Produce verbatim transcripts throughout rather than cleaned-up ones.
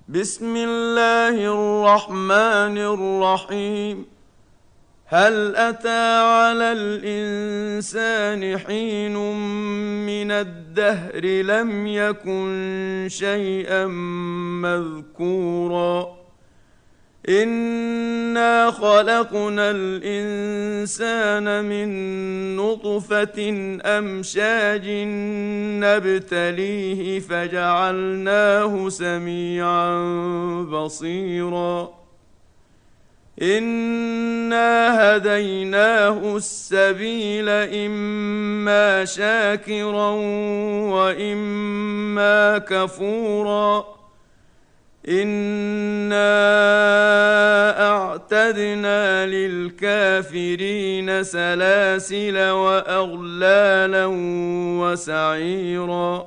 بسم الله الرحمن الرحيم. هل أتى على الإنسان حين من الدهر لم يكن شيئا مذكورا إنا خلقنا الإنسان من نطفة أمشاج نبتليه فجعلناه سميعا بصيرا إنا هديناه السبيل إما شاكرا وإما كفورا إنا أعتدنا للكافرين سلاسل وأغلالا وسعيرا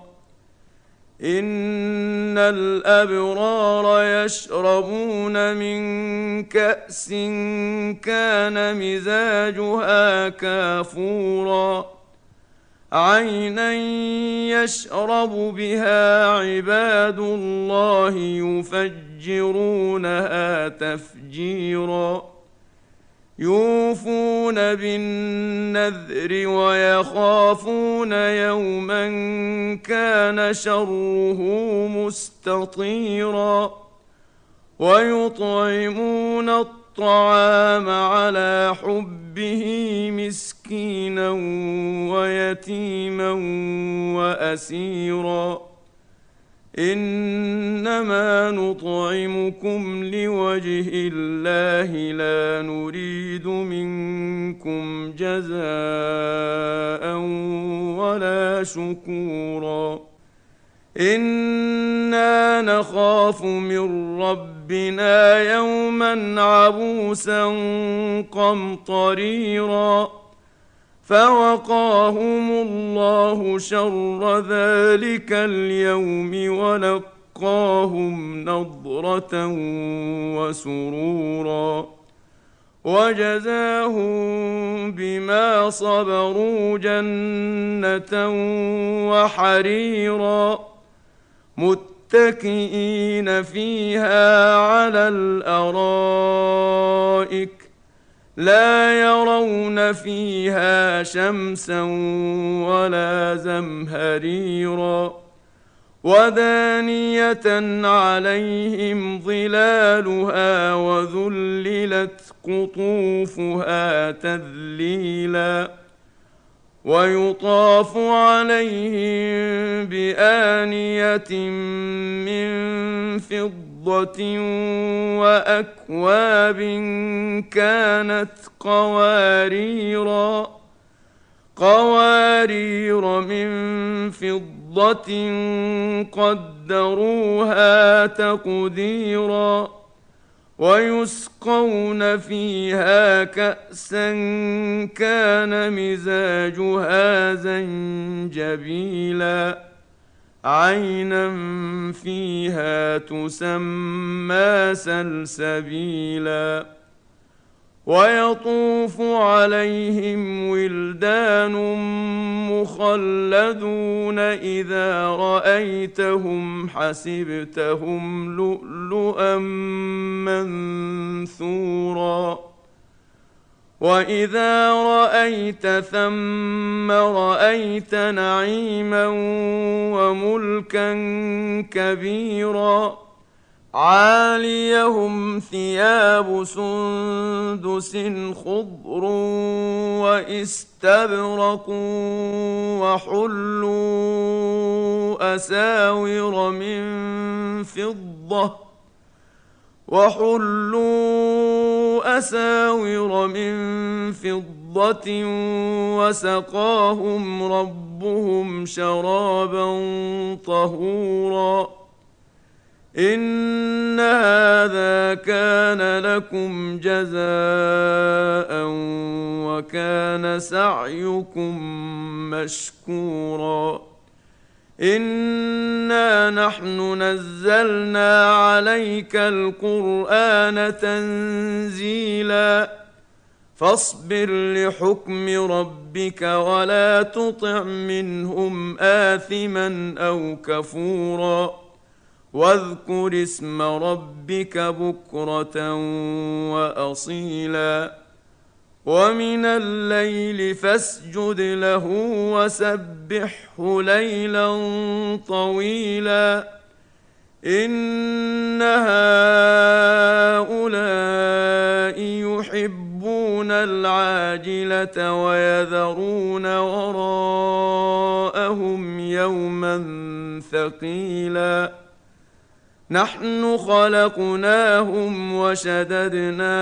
إن الأبرار يشربون من كأس كان مزاجها كافورا عينا يشرب بها عباد الله يفجرونها تفجيرا يوفون بالنذر ويخافون يوما كان شره مستطيرا ويطعمون الطعام على حبه مسكينا ويتيما وأسيرا إنما نطعمكم لوجه الله لا نريد منكم جزاء ولا شكورا إنا نخاف من ربنا يوما عبوسا قمطريرا فوقاهم الله شر ذلك اليوم ولقاهم نضرة وسرورا وجزاهم بما صبروا جنة وحريرا متكئين فيها على الأرائك لا يرون فيها شمسا ولا زمهريرا ودانية عليهم ظلالها وذللت قطوفها تذليلا ويطاف عليهم بآنية من فضة وأكواب كانت قواريرا قوارير من فضة قدروها تقديرا ويسقون فيها كأسا كان مزاجها زنجبيلا عينا فيها تسمى سلسبيلا ويطوف عليهم ولدان مخلدون إذا رأيتهم حسبتهم لؤلؤا منثورا وإذا رأيت ثم رأيت نعيما وملكا كبيرا عاليهم ثياب سندس خضر واستبرق وحلوا أساور من فضة وحلوا أساور من فضة وسقاهم ربهم شرابا طهورا إن هذا كان لكم جزاء وكان سعيكم مشكورا إنا نحن نزلنا عليك القرآن تنزيلا فاصبر لحكم ربك ولا تطع منهم آثما أو كفورا واذكر اسم ربك بكرة وأصيلا ومن الليل فاسجد له وسبحه ليلا طويلا إن هؤلاء يحبون العاجلة ويذرون وراءهم يوما ثقيلا نحن خلقناهم وشددنا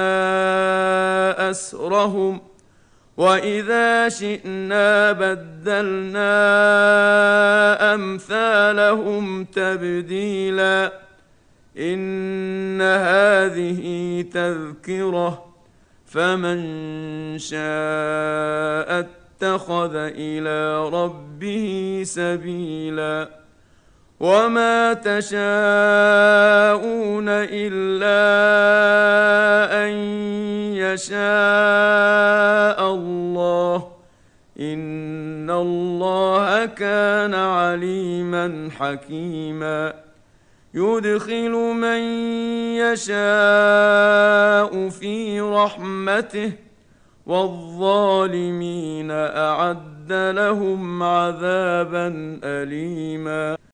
أسرهم وإذا شئنا بدلنا أمثالهم تبديلا إن هذه تذكرة فمن شاء اتخذ إلى ربه سبيلا وما تشاءون إلا أن يشاء الله إن الله كان عليما حكيما يدخل من يشاء في رحمته والظالمين أعد لهم عذابا أليما.